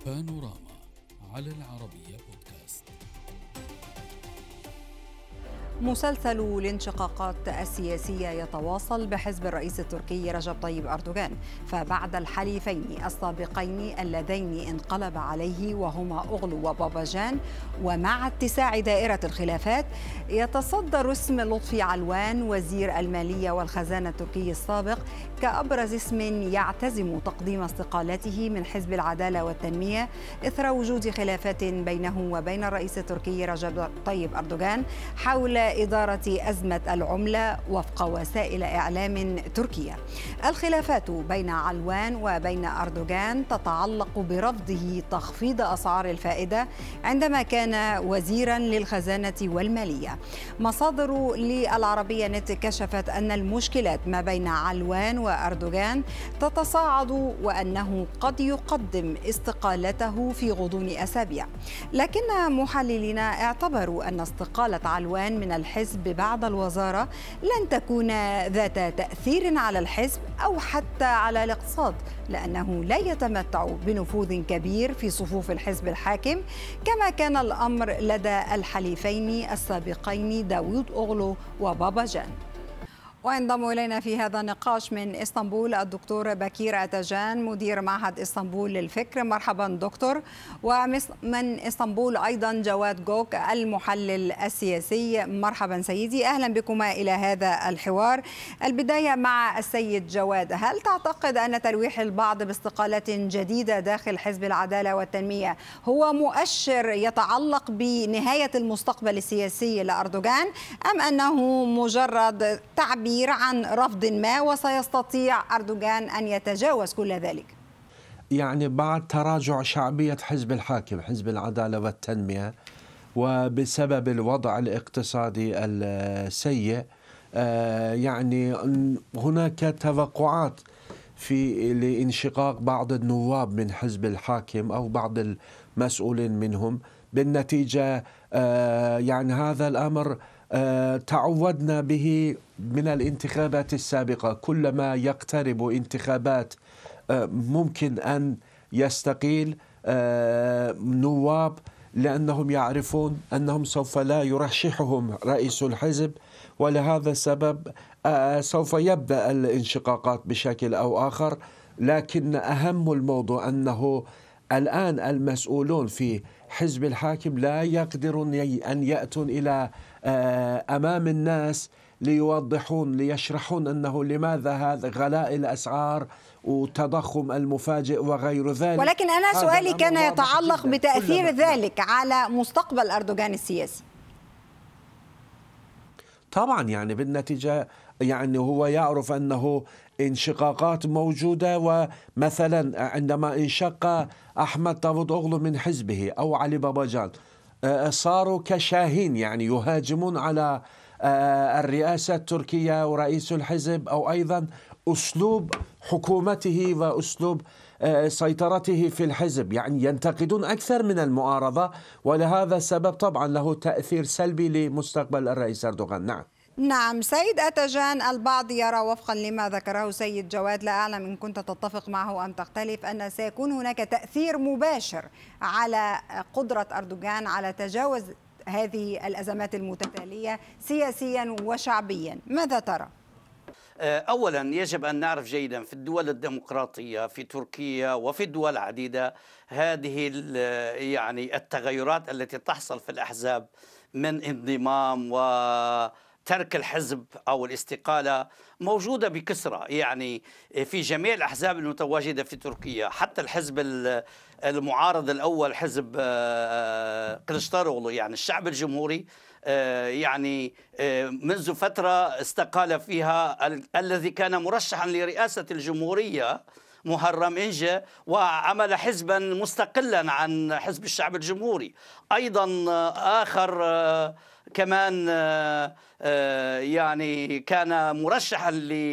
بانوراما على العربية بودكاست. مسلسل الانشقاقات السياسية يتواصل بحزب الرئيس التركي رجب طيب أردوغان، فبعد الحليفين السابقين اللذين انقلب عليه وهما أوغلو وباباجان، ومع اتساع دائرة الخلافات يتصدر اسم لطفي علوان وزير المالية والخزانة التركي السابق كأبرز اسم يعتزم تقديم استقالته من حزب العدالة والتنمية إثر وجود خلافات بينه وبين الرئيس التركي رجب طيب أردوغان حول إدارة أزمة العملة وفق وسائل إعلام تركية. الخلافات بين علوان وبين أردوغان تتعلق برفضه تخفيض أسعار الفائدة عندما كان وزيرا للخزانة والمالية. مصادر للعربية نت كشفت أن المشكلات ما بين علوان وأردوغان تتصاعد وأنه قد يقدم استقالته في غضون أسابيع، لكن محللين اعتبروا أن استقالة علوان من الحزب بعد الوزارة لن تكون ذات تأثير على الحزب أو حتى على الاقتصاد، لأنه لا يتمتع بنفوذ كبير في صفوف الحزب الحاكم كما كان الأمر لدى الحليفين السابقين داوود أوغلو وباباجان. وينضم إلينا في هذا النقاش من إسطنبول الدكتور بكير أتاجان مدير معهد إسطنبول للفكر. مرحبا دكتور. ومن إسطنبول أيضا جواد جوك المحلل السياسي. مرحبا سيدي، أهلا بكما إلى هذا الحوار. البداية مع السيد جواد، هل تعتقد أن تلويح البعض باستقالات جديدة داخل حزب العدالة والتنمية هو مؤشر يتعلق بنهاية المستقبل السياسي لأردوغان، أم أنه مجرد تعبير عن رفض ما وسيستطيع أردوغان أن يتجاوز كل ذلك؟ يعني بعد تراجع شعبية حزب الحاكم حزب العدالة والتنمية وبسبب الوضع الاقتصادي السيء، يعني هناك توقعات لانشقاق بعض النواب من حزب الحاكم أو بعض المسؤولين منهم. بالنتيجة يعني هذا الأمر تعودنا به من الانتخابات السابقة، كلما يقترب انتخابات ممكن أن يستقيل نواب لأنهم يعرفون أنهم سوف لا يرشحهم رئيس الحزب، ولهذا السبب سوف يبدأ الانشقاقات بشكل أو آخر. لكن أهم الموضوع أنه الآن المسؤولون في حزب الحاكم لا يقدرون أن يأتون إلى أمام الناس ليوضحون ليشرحون أنه لماذا هذا غلاء الأسعار وتضخم المفاجئ وغير ذلك. ولكن أنا سؤالي كان يتعلق بتأثير ذلك على مستقبل أردوغان السياسي. طبعا يعني بالنتيجة يعني هو يعرف أنه انشقاقات موجودة، ومثلا عندما انشق أحمد داوود أوغلو من حزبه أو علي باباجان صاروا كشاهين يعني يهاجمون على الرئاسة التركية ورئيس الحزب أو أيضا أسلوب حكومته وأسلوب سيطرته في الحزب، يعني ينتقدون أكثر من المعارضة، ولهذا السبب طبعا له تأثير سلبي لمستقبل الرئيس أردوغان. نعم سيد أتاجان، البعض يرى وفقا لما ذكره سيد جواد، لا أعلم إن كنت تتفق معه أم تختلف، أن سيكون هناك تأثير مباشر على قدرة أردوغان على تجاوز هذه الأزمات المتتالية سياسيا وشعبيا. ماذا ترى؟ أولا يجب أن نعرف جيدا في الدول الديمقراطية في تركيا وفي الدول العديدة هذه يعني التغيرات التي تحصل في الأحزاب من انضمام وترك الحزب أو الاستقالة موجودة بكثرة، يعني في جميع الأحزاب المتواجدة في تركيا. حتى الحزب المعارض الأول حزب كليشداروغلو يعني الشعب الجمهوري يعني منذ فترة استقال فيها الذي كان مرشحا لرئاسة الجمهورية محرم إنجه وعمل حزبا مستقلا عن حزب الشعب الجمهوري. أيضا آخر كمان يعني كان مرشحا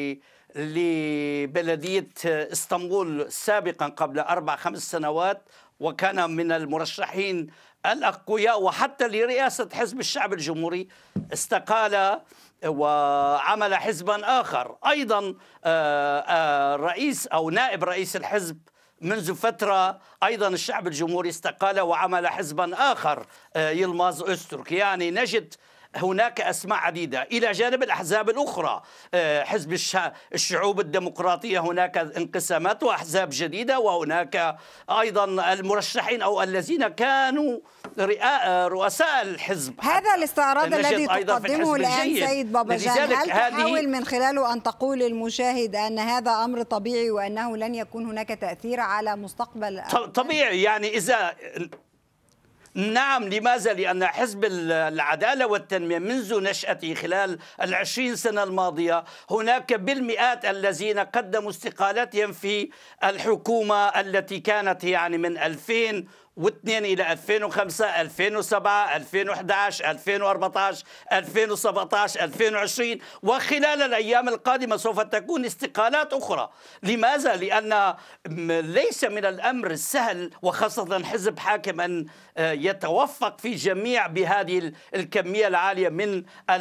لبلدية اسطنبول سابقا قبل 4-5 سنوات، وكان من المرشحين الأقوياء، وحتى لرئاسة حزب الشعب الجمهوري استقال وعمل حزبا آخر. أيضا رئيس أو نائب رئيس الحزب منذ فترة أيضا الشعب الجمهوري استقال وعمل حزبا آخر يلماز أوزتورك. يعني نجد هناك أسماء عديدة إلى جانب الأحزاب الأخرى. حزب الشعوب الديمقراطية هناك انقسامات وأحزاب جديدة، وهناك أيضا المرشحين أو الذين كانوا رؤساء الحزب. هذا الاستعراض الذي تقدمه الآن سيد باباجان، هل تحاول من خلاله أن تقول للمشاهد أن هذا أمر طبيعي وأنه لن يكون هناك تأثير على مستقبل؟ طبيعي، يعني إذا نعم. لماذا؟ لأن حزب العدالة والتنمية منذ نشأته خلال 20 سنة الماضية هناك بالمئات الذين قدموا استقالاتهم في الحكومة التي كانت يعني من 2002 إلى 2005 2007 2011 2014 2017 2020، وخلال الأيام القادمة سوف تكون استقالات أخرى. لماذا؟ لأن ليس من الأمر السهل، وخاصة حزب حاكم، أن يتوفق في جميع بهذه الكمية العالية من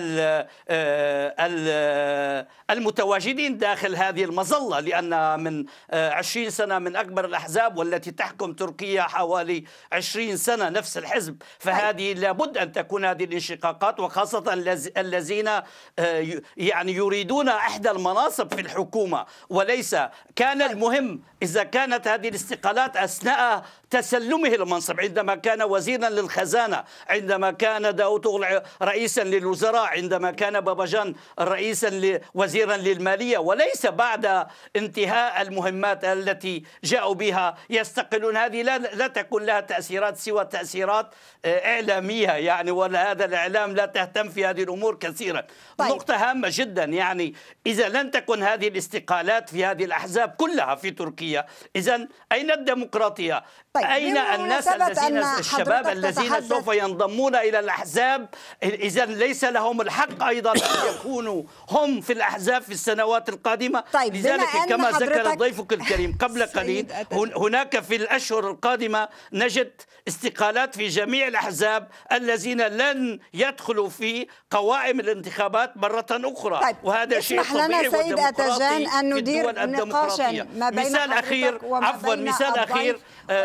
المتواجدين داخل هذه المظلة، لأن من 20 سنة من أكبر الأحزاب والتي تحكم تركيا حوالي 20 سنة نفس الحزب. فهذه لابد أن تكون هذه الانشقاقات، وخاصة الذين يعني يريدون إحدى المناصب في الحكومة. وليس كان المهم إذا كانت هذه الاستقالات أثناء تسلمه المنصب، عندما كان وزيرا للخزانة، عندما كان داوود أوغل رئيسا للوزراء، عندما كان باباجان وزيرا للمالية، وليس بعد انتهاء المهمات التي جاءوا بها يستقلون. هذه لا تكون لها تأثيرات سوى تأثيرات إعلامية، يعني ولا هذا الإعلام لا تهتم في هذه الأمور كثيرا. طيب. نقطة هامة جدا، يعني إذا لن تكن هذه الاستقالات في هذه الأحزاب كلها في تركيا، إذا أين الديمقراطية؟ طيب. أين الناس الشباب الذين سوف ينضمون إلى الأحزاب؟ إذا ليس لهم الحق أيضا أن يكونوا هم في الأحزاب في السنوات القادمة؟ طيب. لذلك كما ذكر ضيفك الكريم قبل قليل، هناك في الأشهر القادمة نجد استقالات في جميع الأحزاب الذين لن يدخلوا في قوائم الانتخابات مرة أخرى. طيب. وهذا شيء طبيعي سيد أتجان أن ندير نقاشا ما بين مثال أخير، عفوا مثال أخير،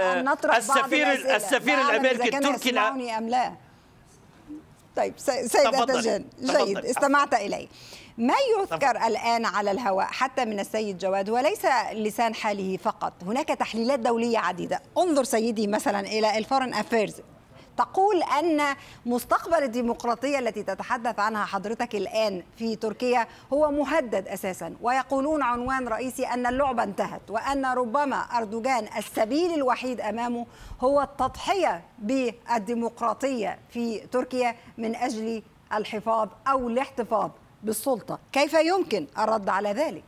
السفير الأمريكي التركي أم لا. طيب سيد أتجان، جيد، استمعت إلي. ما يذكر الآن على الهواء حتى من السيد جواد وليس لسان حاله فقط، هناك تحليلات دولية عديدة. انظر سيدي مثلا إلى الفورن أفيرز، تقول أن مستقبل الديمقراطية التي تتحدث عنها حضرتك الآن في تركيا هو مهدد أساسا، ويقولون عنوان رئيسي أن اللعبة انتهت، وأن ربما أردوغان السبيل الوحيد أمامه هو التضحية بالديمقراطية في تركيا من أجل الحفاظ أو الاحتفاظ بالسلطة. كيف يمكن الرد على ذلك؟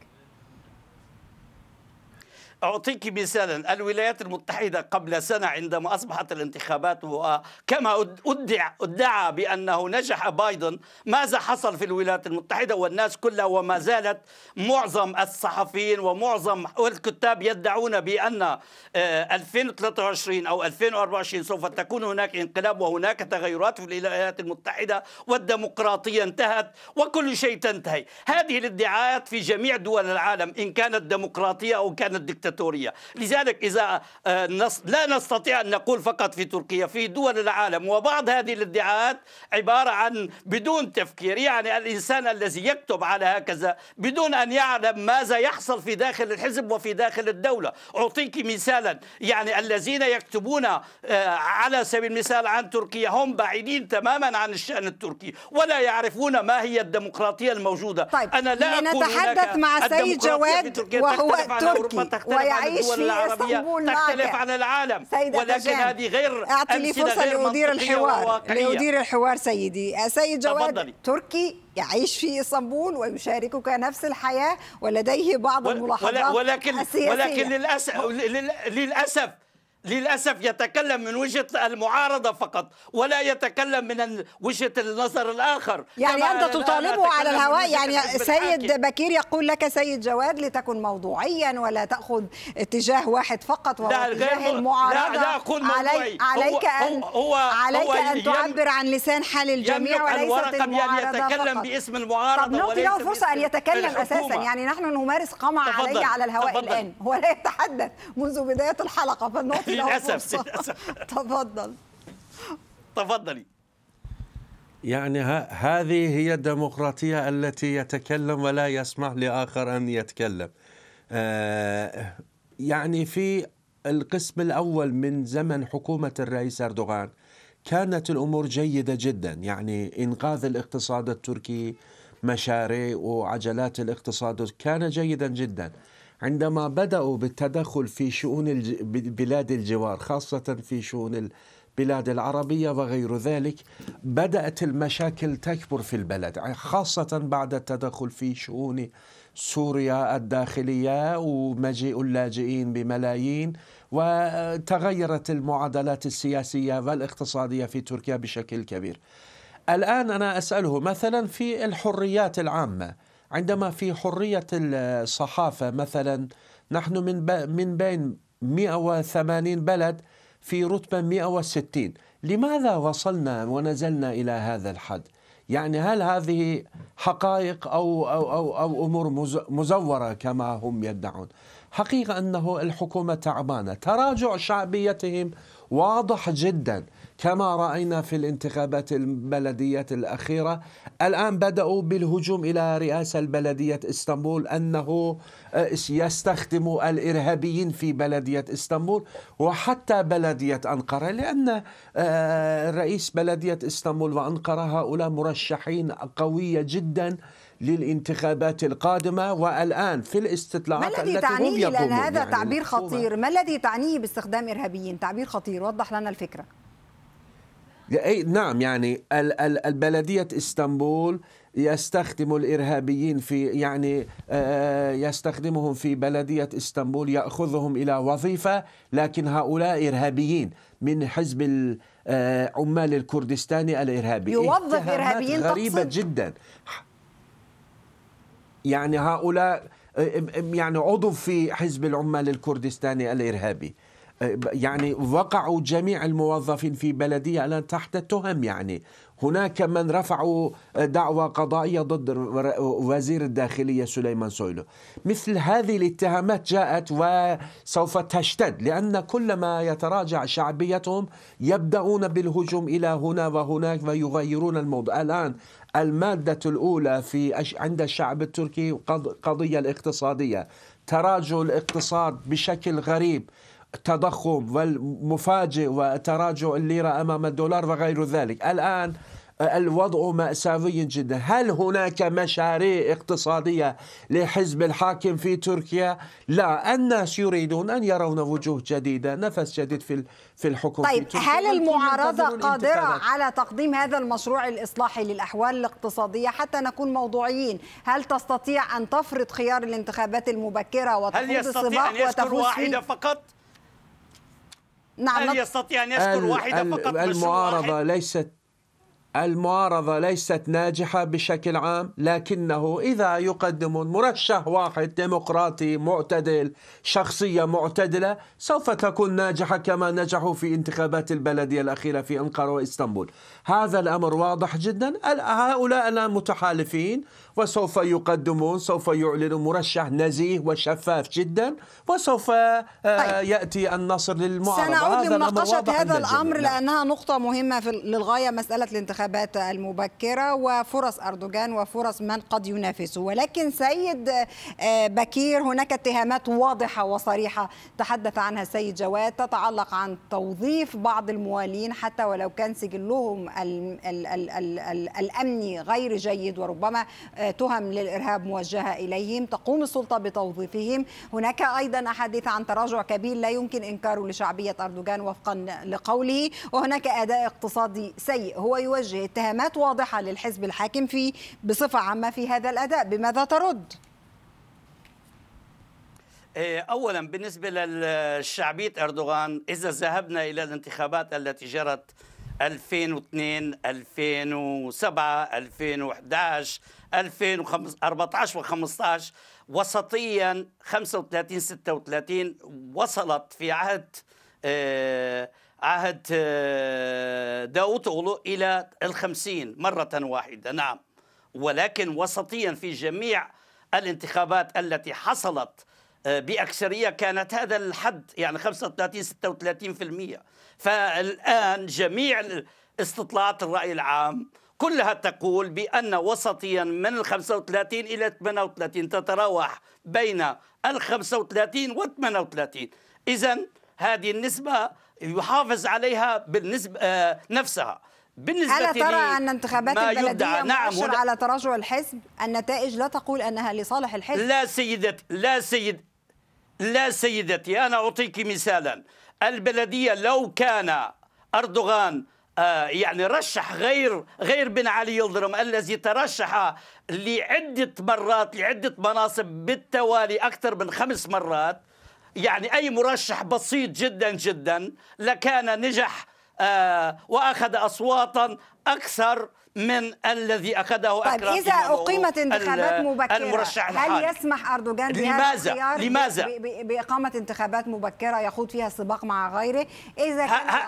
أعطيك مثالا، الولايات المتحدة قبل سنة عندما أصبحت الانتخابات وكما ادعى بأنه نجح بايدن، ماذا حصل في الولايات المتحدة والناس كلها وما زالت معظم الصحفيين ومعظم الكتاب يدعون بأن 2023 أو 2024 سوف تكون هناك انقلاب وهناك تغيرات في الولايات المتحدة والديمقراطية انتهت وكل شيء تنتهي. هذه الادعاءات في جميع دول العالم إن كانت ديمقراطية أو كانت ديكتاتورية. لذلك إذا لا نستطيع أن نقول فقط في تركيا، في دول العالم، وبعض هذه الادعاءات عبارة عن بدون تفكير، يعني الإنسان الذي يكتب على هكذا بدون أن يعلم ماذا يحصل في داخل الحزب وفي داخل الدولة. أعطيك مثالا، يعني الذين يكتبون على سبيل المثال عن تركيا هم بعيدين تماما عن الشأن التركي ولا يعرفون ما هي الديمقراطية الموجودة. طيب. أنا لا أقول نتحدث مع السيد جواد وهو تركي ويعيش في اسطنبول معك، تختلف عن العالم، ولكن هذه غير أعطي لي فرصة لأدير الحوار سيدي. السيد جواد تركي يعيش في اسطنبول ويشاركك نفس الحياة ولديه بعض الملاحظات السياسية، ولكن للأسف للأسف يتكلم من وجهة المعارضة فقط، ولا يتكلم من وجهة النظر الآخر. يعني أنت تطالبه على الهواء. يعني سيد بكير يقول لك سيد جواد لتكن موضوعيا ولا تأخذ اتجاه واحد فقط وهو اتجاه المعارضة. لا أكون موضوعي. عليك أن تعبر عن لسان حال الجميع وليست المعارضة فقط. يتكلم باسم المعارضة. طب نعطي له فرصة أن يتكلم أساسا. يعني نحن نمارس قمع عليه على الهواء الآن، هو لا يتحدث منذ بداية الحلقة، فنعطي له فرصة. تفضلي. يعني هذه هي الديمقراطية التي يتكلم ولا يسمح لآخر أن يتكلم. يعني في القسم الأول من زمن حكومة الرئيس أردوغان كانت الأمور جيدة جدا. يعني إنقاذ الاقتصاد التركي، مشاريع وعجلات الاقتصاد كان جيدا جدا. عندما بدأوا بالتدخل في شؤون بلاد الجوار، خاصة في شؤون البلاد العربية وغير ذلك، بدأت المشاكل تكبر في البلد، خاصة بعد التدخل في شؤون سوريا الداخلية ومجيء اللاجئين بملايين، وتغيرت المعادلات السياسية والاقتصادية في تركيا بشكل كبير. الآن أنا أسأله مثلا في الحريات العامة، عندما في حرية الصحافة مثلا نحن من بين 180 بلد في رتبة 160، لماذا وصلنا ونزلنا إلى هذا الحد؟ يعني هل هذه حقائق أو أمور مزورة كما هم يدعون؟ حقيقة أنه الحكومة تعبانة، تراجع شعبيتهم واضح جدا كما رأينا في الانتخابات البلدية الأخيرة. الآن بدأوا بالهجوم إلى رئاسة البلدية إسطنبول، أنه يستخدم الإرهابيين في بلدية إسطنبول وحتى بلدية أنقرة، لأن رئيس بلدية إسطنبول وأنقرة هؤلاء مرشحين قوية جدا للانتخابات القادمة. والآن في الاستطلاعات التي تعنيه، لأن هذا تعبير خطير، ما الذي تعنيه باستخدام إرهابيين؟ تعبير خطير، وضح لنا الفكرة. نعم، يعني البلدية إسطنبول يستخدم الإرهابيين في يستخدمهم في بلدية إسطنبول، يأخذهم إلى وظيفة، لكن هؤلاء إرهابيين من حزب عمال الكردستاني الإرهابي. يوظف إرهابيين غريبة جدا. يعني هؤلاء يعني عضو في حزب العمال الكردستاني الإرهابي، يعني وقعوا جميع الموظفين في بلدية الآن تحت تهم. يعني هناك من رفعوا دعوى قضائية ضد وزير الداخلية سليمان سويلو. مثل هذه الاتهامات جاءت وسوف تشتد، لأن كلما يتراجع شعبيتهم يبدأون بالهجوم إلى هنا وهناك ويغيرون الموضوع. الآن المادة الأولى عند الشعب التركي قضية الاقتصادية، تراجع الاقتصاد بشكل غريب، تضخم والمفاجئ وتراجع الليرة أمام الدولار وغير ذلك. الآن الوضع مأساوي جدا. هل هناك مشاريع اقتصادية لحزب الحاكم في تركيا؟ لا، الناس يريدون أن يرون وجوه جديدة، نفس جديد في الحكم. طيب، هل المعارضة قادرة على تقديم هذا المشروع الإصلاحي للأحوال الاقتصادية؟ حتى نكون موضوعيين، هل تستطيع أن تفرض خيار الانتخابات المبكرة وتخوض السباق وتفوز فيه؟ هل يستطيع أن يذكر واحدة فقط؟ نعم، هل يستطيع أن يذكر واحدة فقط؟ المعارضة ليست ناجحة بشكل عام، لكنه إذا يقدمون مرشح واحد ديمقراطي معتدل، شخصية معتدلة، سوف تكون ناجحة كما نجحوا في انتخابات البلدية الأخيرة في أنقرة وإسطنبول. هذا الأمر واضح جدا. هؤلاء الآن متحالفين وسوف يقدمون، سوف يعلنوا مرشح نزيه وشفاف جدا، وسوف يأتي النصر للمعارضة. سنعود لمناقشة هذا الأمر لأنها نقطة مهمة للغاية، مسألة الانتخابات المبكرة وفرص أردوغان وفرص من قد ينافسه. ولكن سيد بكير، هناك اتهامات واضحة وصريحة تحدث عنها السيد جواد تتعلق عن توظيف بعض الموالين حتى ولو كان سجلهم الأمني غير جيد، وربما تهم للإرهاب موجهة إليهم، تقوم السلطة بتوظيفهم. هناك أيضا أحاديث عن تراجع كبير لا يمكن إنكاره لشعبية أردوغان وفقا لقوله، وهناك أداء اقتصادي سيء. هو يوجه اتهامات واضحة للحزب الحاكم بصفة عامة في هذا الأداء، بماذا ترد؟ أولا بالنسبة للشعبية أردوغان، إذا ذهبنا إلى الانتخابات التي جرت 2002 2007 2011 2014 و15 وسطيا 35 36 وصلت في عهد داوود أوغلو إلى 50 مرة واحدة. نعم، ولكن وسطيا في جميع الانتخابات التي حصلت بأكثرية كانت هذا الحد، يعني 35 36%. فالآن جميع استطلاعات الرأي العام كلها تقول بأن وسطيا من 35 إلى 38 تتراوح بين 35 و 38. إذن هذه النسبة يحافظ عليها بالنسبة نفسها. بالنسبة ألا ترى أن انتخابات البلدية نعم مؤشر على تراجع الحزب؟ النتائج لا تقول أنها لصالح الحزب. لا سيدتي، أنا أعطيك مثالا. البلدية لو كان أردوغان يعني رشح غير بن علي يلدرم الذي ترشح لعدة مناصب بالتوالي أكثر من 5 مرات، يعني أي مرشح بسيط جدا جدا لكان نجح وأخذ أصواتا أكثر من الذي أخذه طيب أكرم. إذا أقيمت انتخابات مبكرة هل يسمح أردوغان بهذا الخيار بإقامة انتخابات مبكرة يخوض فيها سباق مع غيره؟ إذا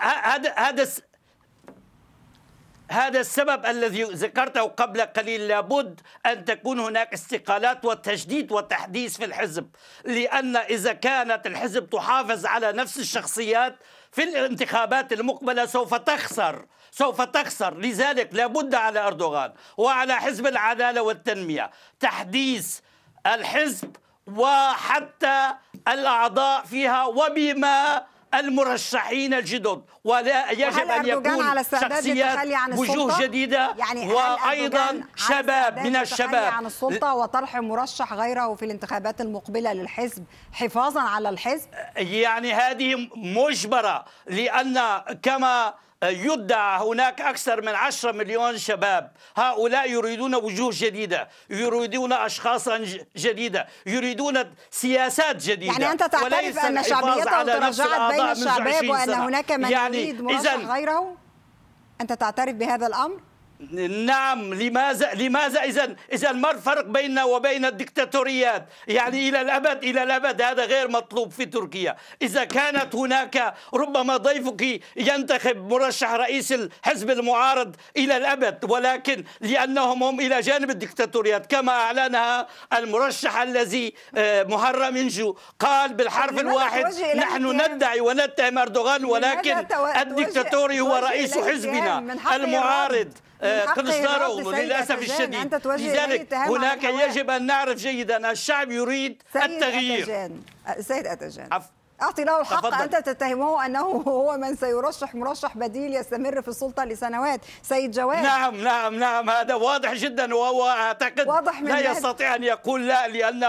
هذا السبب الذي ذكرته قبل قليل. لابد أن تكون هناك استقالات وتجديد وتحديث في الحزب، لأن إذا كانت الحزب تحافظ على نفس الشخصيات في الانتخابات المقبلة سوف تخسر. لذلك لابد على أردوغان وعلى حزب العدالة والتنمية تحديث الحزب وحتى الأعضاء فيها وبما المرشحين الجدد، ولا يجب أن يكون شخصيات وجوه جديدة يعني وأيضا شباب من الشباب عن السلطة وطرح مرشح غيره في الانتخابات المقبلة للحزب حفاظا على الحزب. يعني هذه مجبرة، لأن كما يدعى هناك أكثر من 10 مليون شباب. هؤلاء يريدون وجوه جديدة، يريدون أشخاصا جديدة، يريدون سياسات جديدة. يعني أنت تعترف أن شعبيته تراجعت بين الشباب وأن هناك من يريد مرشح غيره؟ أنت تعترف بهذا الأمر؟ نعم. لماذا إذا ما الفرق بيننا وبين الدكتاتوريات؟ يعني إلى الأبد هذا غير مطلوب في تركيا. إذا كانت هناك ربما ضيفك ينتخب مرشح رئيس الحزب المعارض إلى الأبد، ولكن لأنهم هم إلى جانب الدكتاتوريات كما أعلنها المرشح الذي مهرم إنجو قال بالحرف الواحد: نحن ندعي ونتهم أردوغان، ولكن الدكتاتوري هو رئيس حزبنا المعارض كلشدارو للأسف الشديد. لذلك هناك يجب أن نعرف جيدا الشعب يريد التغيير. سيد أتجان، أعطي له الحق. أنت تتهمه أنه هو من سيرشح مرشح بديل يستمر في السلطة لسنوات. سيد جواد، نعم هذا واضح جدا، وهو أعتقد لا يستطيع أن يقول لا،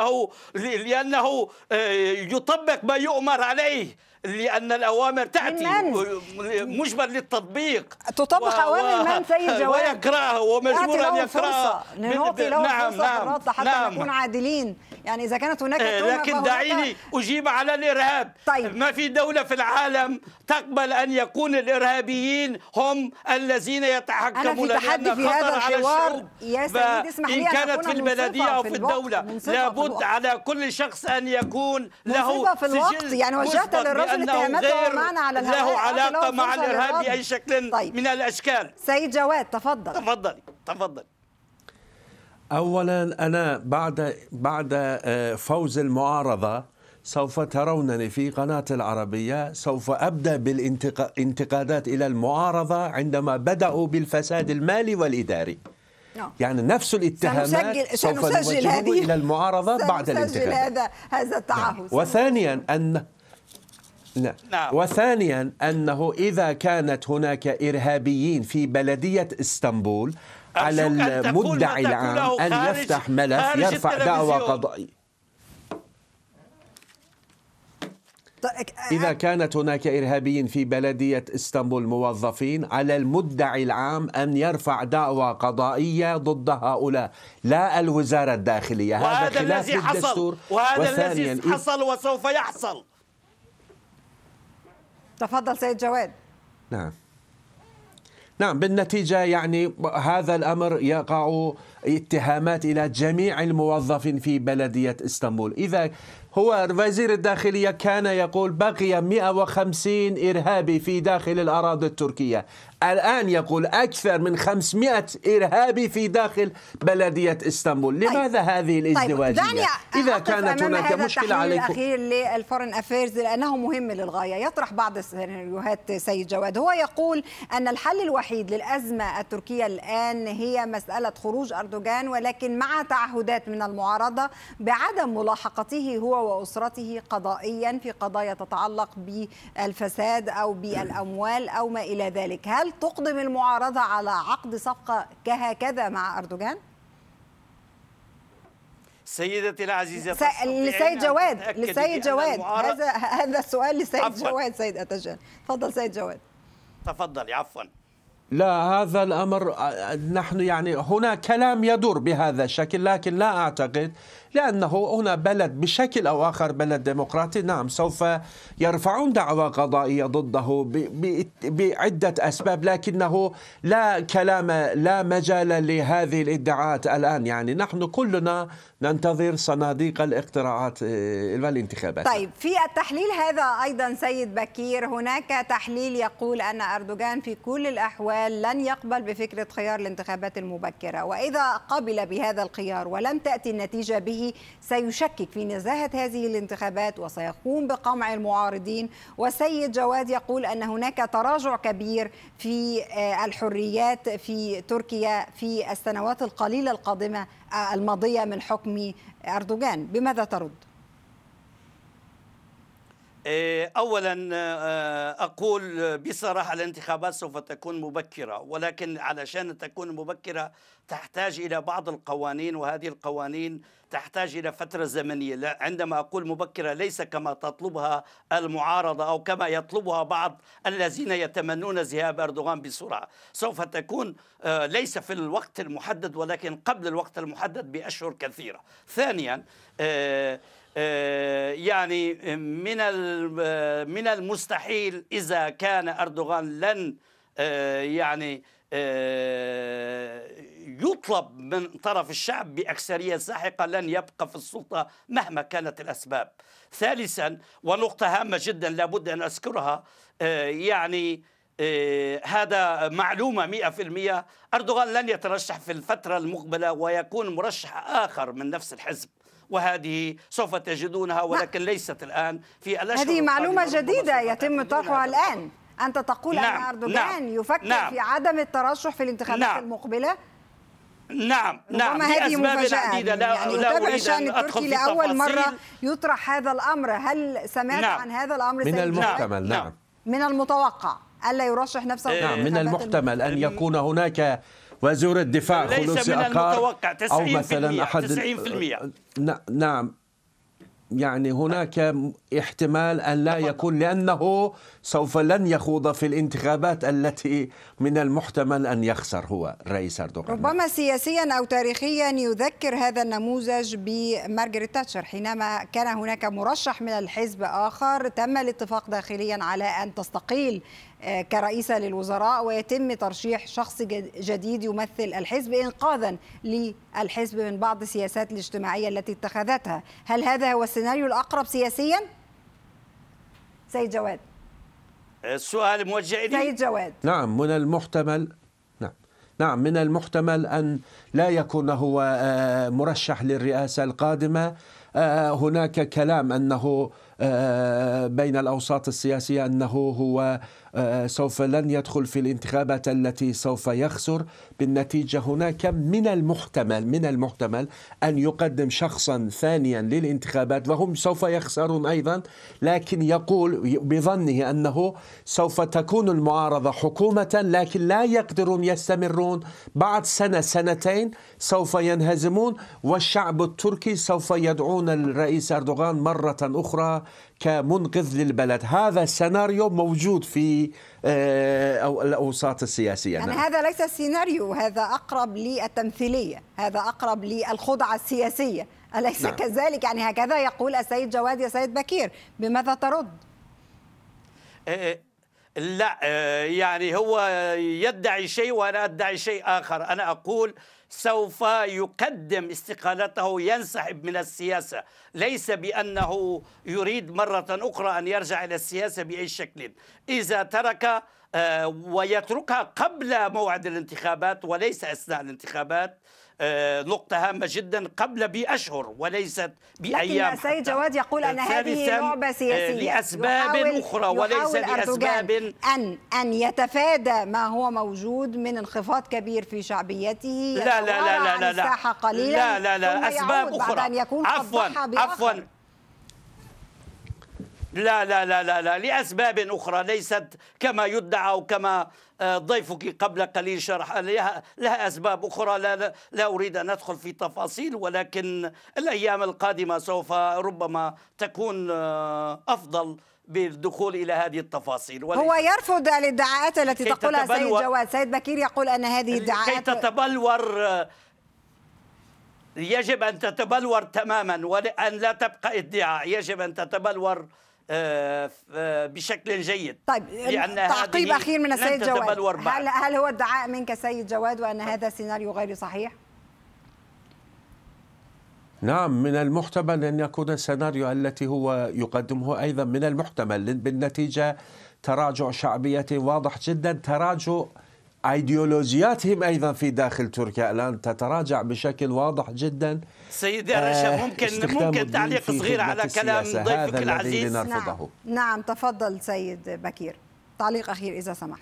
لأنه يطبق ما يؤمر عليه، لأن الأوامر تأتي مجبر للتطبيق. تطبق أوامر من سيد جواد؟ ويقرأه ومجبور أن يقرأه. نعطي له فرصة حتى نكون عادلين. يعني إذا كانت هناك لكن دعيني أجيب على الإرهاب. طيب. ما في دولة في العالم تقبل أن يكون الإرهابيين هم الذين يتحكمون. أنا في تحدي في هذا الحوار يا سيدي، اسمح لي إن كانت في البلدية أو في الدولة لابد على كل شخص أن يكون له في الوقت. يعني وجهت للرجل اتهاماته معنا على الهواء له علاقة مع الإرهاب بأي شكل من الأشكال. سيد جواد تفضل. أولا أنا بعد فوز المعارضة سوف ترونني في قناة العربية سوف أبدأ بالانتقادات إلى المعارضة عندما بدأوا بالفساد المالي والإداري. يعني نفس الاتهامات سوف نوجهه إلى المعارضة بعد الانتخابات. هذا التعهد. وثانيا أنه إذا كانت هناك إرهابيين في بلدية اسطنبول على المدعي العام أن يفتح ملف يرفع دعوى قضائية. إذا كانت هناك إرهابيين في بلدية إسطنبول موظفين، على المدعي العام أن يرفع دعوى قضائية ضد هؤلاء، لا الوزارة الداخلية. هذا خلاف الدستور. وهذا الذي حصل وسوف يحصل. تفضل سيد جواد. نعم، بالنتيجة يعني هذا الأمر يقع اتهامات إلى جميع الموظفين في بلدية إسطنبول. إذا هو وزير الداخلية كان يقول بقي 150 إرهابي في داخل الأراضي التركية، الآن يقول أكثر من 500 إرهابي في داخل بلدية إسطنبول. لماذا هذه الازدواجية؟ إذا كانت هناك مشكلة عليكم. الأخير للفورن أفيرز لأنه مهم للغاية، يطرح بعض السيناريوهات سيد جواد. هو يقول أن الحل الوحيد للأزمة التركية الآن هي مسألة خروج أردوغان، ولكن مع تعهدات من المعارضة بعدم ملاحقته هو وأسرته قضائيا في قضايا تتعلق بالفساد أو بالأموال أو ما إلى ذلك. هل تقدم المعارضة على عقد صفقة كهكذا مع أردوغان؟ سيدتي العزيزة، لسيد جواد هذا السؤال لسيد جواد. سيد أتجان، تفضل سيد جواد. تفضل. عفوا. لا، هذا الأمر نحن يعني هنا كلام يدور بهذا الشكل، لكن لا أعتقد، لأنه هنا بلد بشكل أو آخر بلد ديمقراطي. نعم، سوف يرفعون دعوى قضائية ضده بعدة أسباب، لكنه لا مجال لهذه الادعاءات الآن. يعني نحن كلنا ننتظر صناديق الاقتراعات والانتخابات. طيب، في التحليل هذا أيضا سيد بكير هناك تحليل يقول أن أردوغان في كل الأحوال لن يقبل بفكرة خيار الانتخابات المبكرة، وإذا قبل بهذا الخيار ولم تأتي النتيجة به سيشكك في نزاهة هذه الانتخابات وسيقوم بقمع المعارضين. وسيد جواد يقول أن هناك تراجع كبير في الحريات في تركيا في السنوات القليلة القادمة الماضية من حكم أردوغان. بماذا ترد؟ أولا أقول بصراحة الانتخابات سوف تكون مبكرة، ولكن علشان تكون مبكرة تحتاج إلى بعض القوانين، وهذه القوانين تحتاج إلى فترة زمنية. عندما أقول مبكرة ليس كما تطلبها المعارضة أو كما يطلبها بعض الذين يتمنون ذهاب أردوغان بسرعة. سوف تكون ليس في الوقت المحدد، ولكن قبل الوقت المحدد بأشهر كثيرة. ثانيا يعني من المستحيل إذا كان أردوغان لن يعني يطلب من طرف الشعب بأكثرية ساحقة لن يبقى في السلطة مهما كانت الأسباب. ثالثا، ونقطة هامة جدا لابد أن أذكرها، يعني هذا معلومة 100%، أردوغان لن يترشح في الفترة المقبلة ويكون مرشح آخر من نفس الحزب، وهذه سوف تجدونها ولكن ليست الآن في الأشهر. هذه معلومة جديدة يتم طرحها الآن. أنت تقول أن أردوغان يفكر في عدم الترشح في الانتخابات المقبلة؟ نعم هذه مفاجأة. يعني يتابع الشأن التركي لأول مرة يطرح هذا الأمر. هل سمعت عن هذا الأمر؟ من المحتمل من المتوقع ألا يرشح نفسه. من المحتمل أن يكون هناك وزير الدفاع خلوصي أكار أو مثلا أحد 90%. نعم، يعني هناك احتمال أن لا يكون، لأنه سوف لن يخوض في الانتخابات التي من المحتمل أن يخسر هو الرئيس أردوغان. ربما سياسيا أو تاريخيا يذكر هذا النموذج بمارغريت تاتشر، حينما كان هناك مرشح من الحزب آخر تم الاتفاق داخليا على أن تستقيل كرئيسة للوزراء ويتم ترشيح شخص جديد يمثل الحزب إنقاذا للحزب من بعض السياسات الاجتماعية التي اتخذتها. هل هذا هو السيناريو الأقرب سياسيا؟ سيد جواد. السؤال موجه لي. سيد جواد. نعم، من المحتمل من المحتمل أن لا يكون هو مرشح للرئاسة القادمة. هناك كلام أنه بين الأوساط السياسية أنه هو سوف لن يدخل في الانتخابات التي سوف يخسر. بالنتيجة هناك من المحتمل أن يقدم شخصا ثانيا للانتخابات، وهم سوف يخسرون أيضا، لكن يقول بظنه أنه سوف تكون المعارضة حكومة، لكن لا يقدرون يستمرون. بعد سنة سنتين سوف ينهزمون، والشعب التركي سوف يدعون الرئيس أردوغان مرة أخرى كمنقذ للبلد. هذا السيناريو موجود في الأوساط السياسية. يعني هذا ليس سيناريو، هذا أقرب للتمثيلية، هذا أقرب للخدعة السياسية، أليس كذلك؟ يعني هكذا يقول السيد جواد. يا سيد بكير، بماذا ترد؟ لا، يعني هو يدعي شيء وأنا أدعي شيء آخر. أنا أقول سوف يقدم استقالته، ينسحب من السياسة، ليس بأنه يريد مرة أخرى أن يرجع إلى السياسة بأي شكل. إذا ترك ويتركها قبل موعد الانتخابات وليس أثناء الانتخابات، نقطة هامة جدا، قبل بأشهر وليست بأيام. لكن السيد جواد يقول أن هذه لعبة سياسية لأسباب أخرى وليس لأسباب أن يتفادى ما هو موجود من انخفاض كبير في شعبيته. لا لا لا لا لا قليلا. لا أسباب أخرى. عفوا لا لأسباب أخرى ليست كما يدعى أو كما ضيفك قبل قليل شرح. لها أسباب أخرى لا أريد أن أدخل في تفاصيل، ولكن الأيام القادمة سوف ربما تكون أفضل بالدخول إلى هذه التفاصيل. هو يرفض الادعاءات التي تقولها سيد جواد. سيد بكير يقول أن هذه ادعاءات كي تتبلور يجب أن تتبلور تماما، وأن لا تبقى ادعاء، يجب أن تتبلور بشكل جيد. طيب، تعقيب أخير من السيد جواد. هل هو ادعاء منك سيد جواد وأن هذا سيناريو غير صحيح؟ نعم، من المحتمل أن يكون السيناريو التي هو يقدمه أيضا من المحتمل. بالنتيجة تراجع شعبيته واضح جدا، تراجع أيديولوجياتهم أيضا في داخل تركيا الآن تتراجع بشكل واضح جدا. سيدي رشا، ممكن تعليق صغير على كلام ضيفك العزيز؟ نعم تفضل سيد بكير، تعليق أخير إذا سمحت.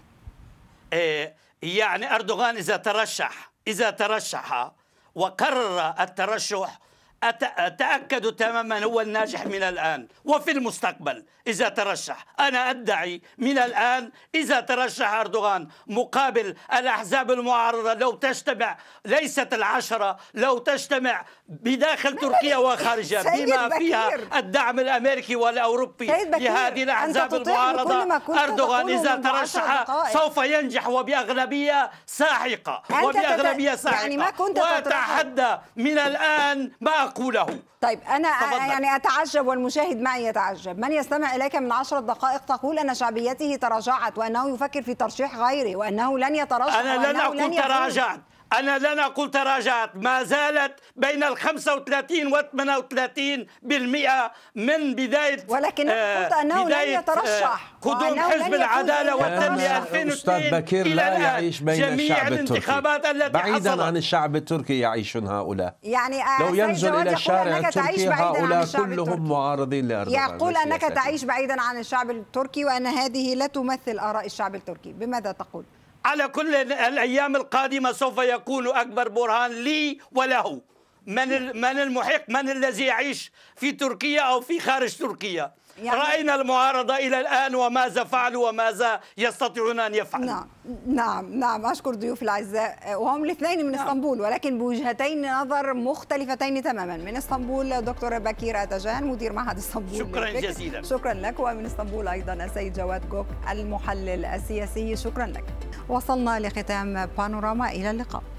يعني أردوغان إذا ترشح وقرر الترشح، أتأكد تماما هو الناجح من الآن وفي المستقبل. إذا ترشح، أنا أدعي من الآن إذا ترشح أردوغان مقابل الأحزاب المعارضة، لو تجتمع ليست 10، لو تجتمع بداخل تركيا وخارجها بما فيها الدعم الأمريكي والأوروبي لهذه الأحزاب المعارضة، أردوغان إذا ترشح سوف ينجح وبأغلبية ساحقة يعني ما كنت وأتحدى من الآن ما أقوله. طيب أنا يعني أتعجب والمشاهد معي يتعجب. من يستمع إليك من 10 دقائق تقول أن شعبيته تراجعت وأنه يفكر في ترشيح غيره وأنه لن يترشح. أنا لن أقول تراجعت، ما زالت بين 35 و 38% من بداية، ولكن قلت أنه لن يترشح. قدوم حزب العدالة والتنمية 2002 أستاذ بكير لا يعيش بين الشعب التركي، بعيدا عن الشعب التركي يعيشون هؤلاء. يعني لو ينزل إلى الشارع التركي هؤلاء كلهم معارضين لأردوغان. يقول أنك تعيش بعيدا عن الشعب التركي وأن هذه لا تمثل آراء الشعب التركي، بماذا تقول؟ على كل الأيام القادمة سوف يكون أكبر برهان لي وله من المحق، من الذي يعيش في تركيا أو في خارج تركيا. يعني رأينا المعارضة إلى الآن وماذا فعلوا وماذا يستطيعون أن يفعلوا. نعم أشكر ضيوف الأعزاء، وهم الاثنين من اسطنبول ولكن بوجهتين نظر مختلفتين تماما. من اسطنبول دكتور بكير أتاجان مدير معهد اسطنبول. شكرا جزيلا. شكرا لك. ومن اسطنبول أيضا السيد جواد جوك المحلل السياسي، شكرا لك. وصلنا لختام بانوراما، إلى اللقاء.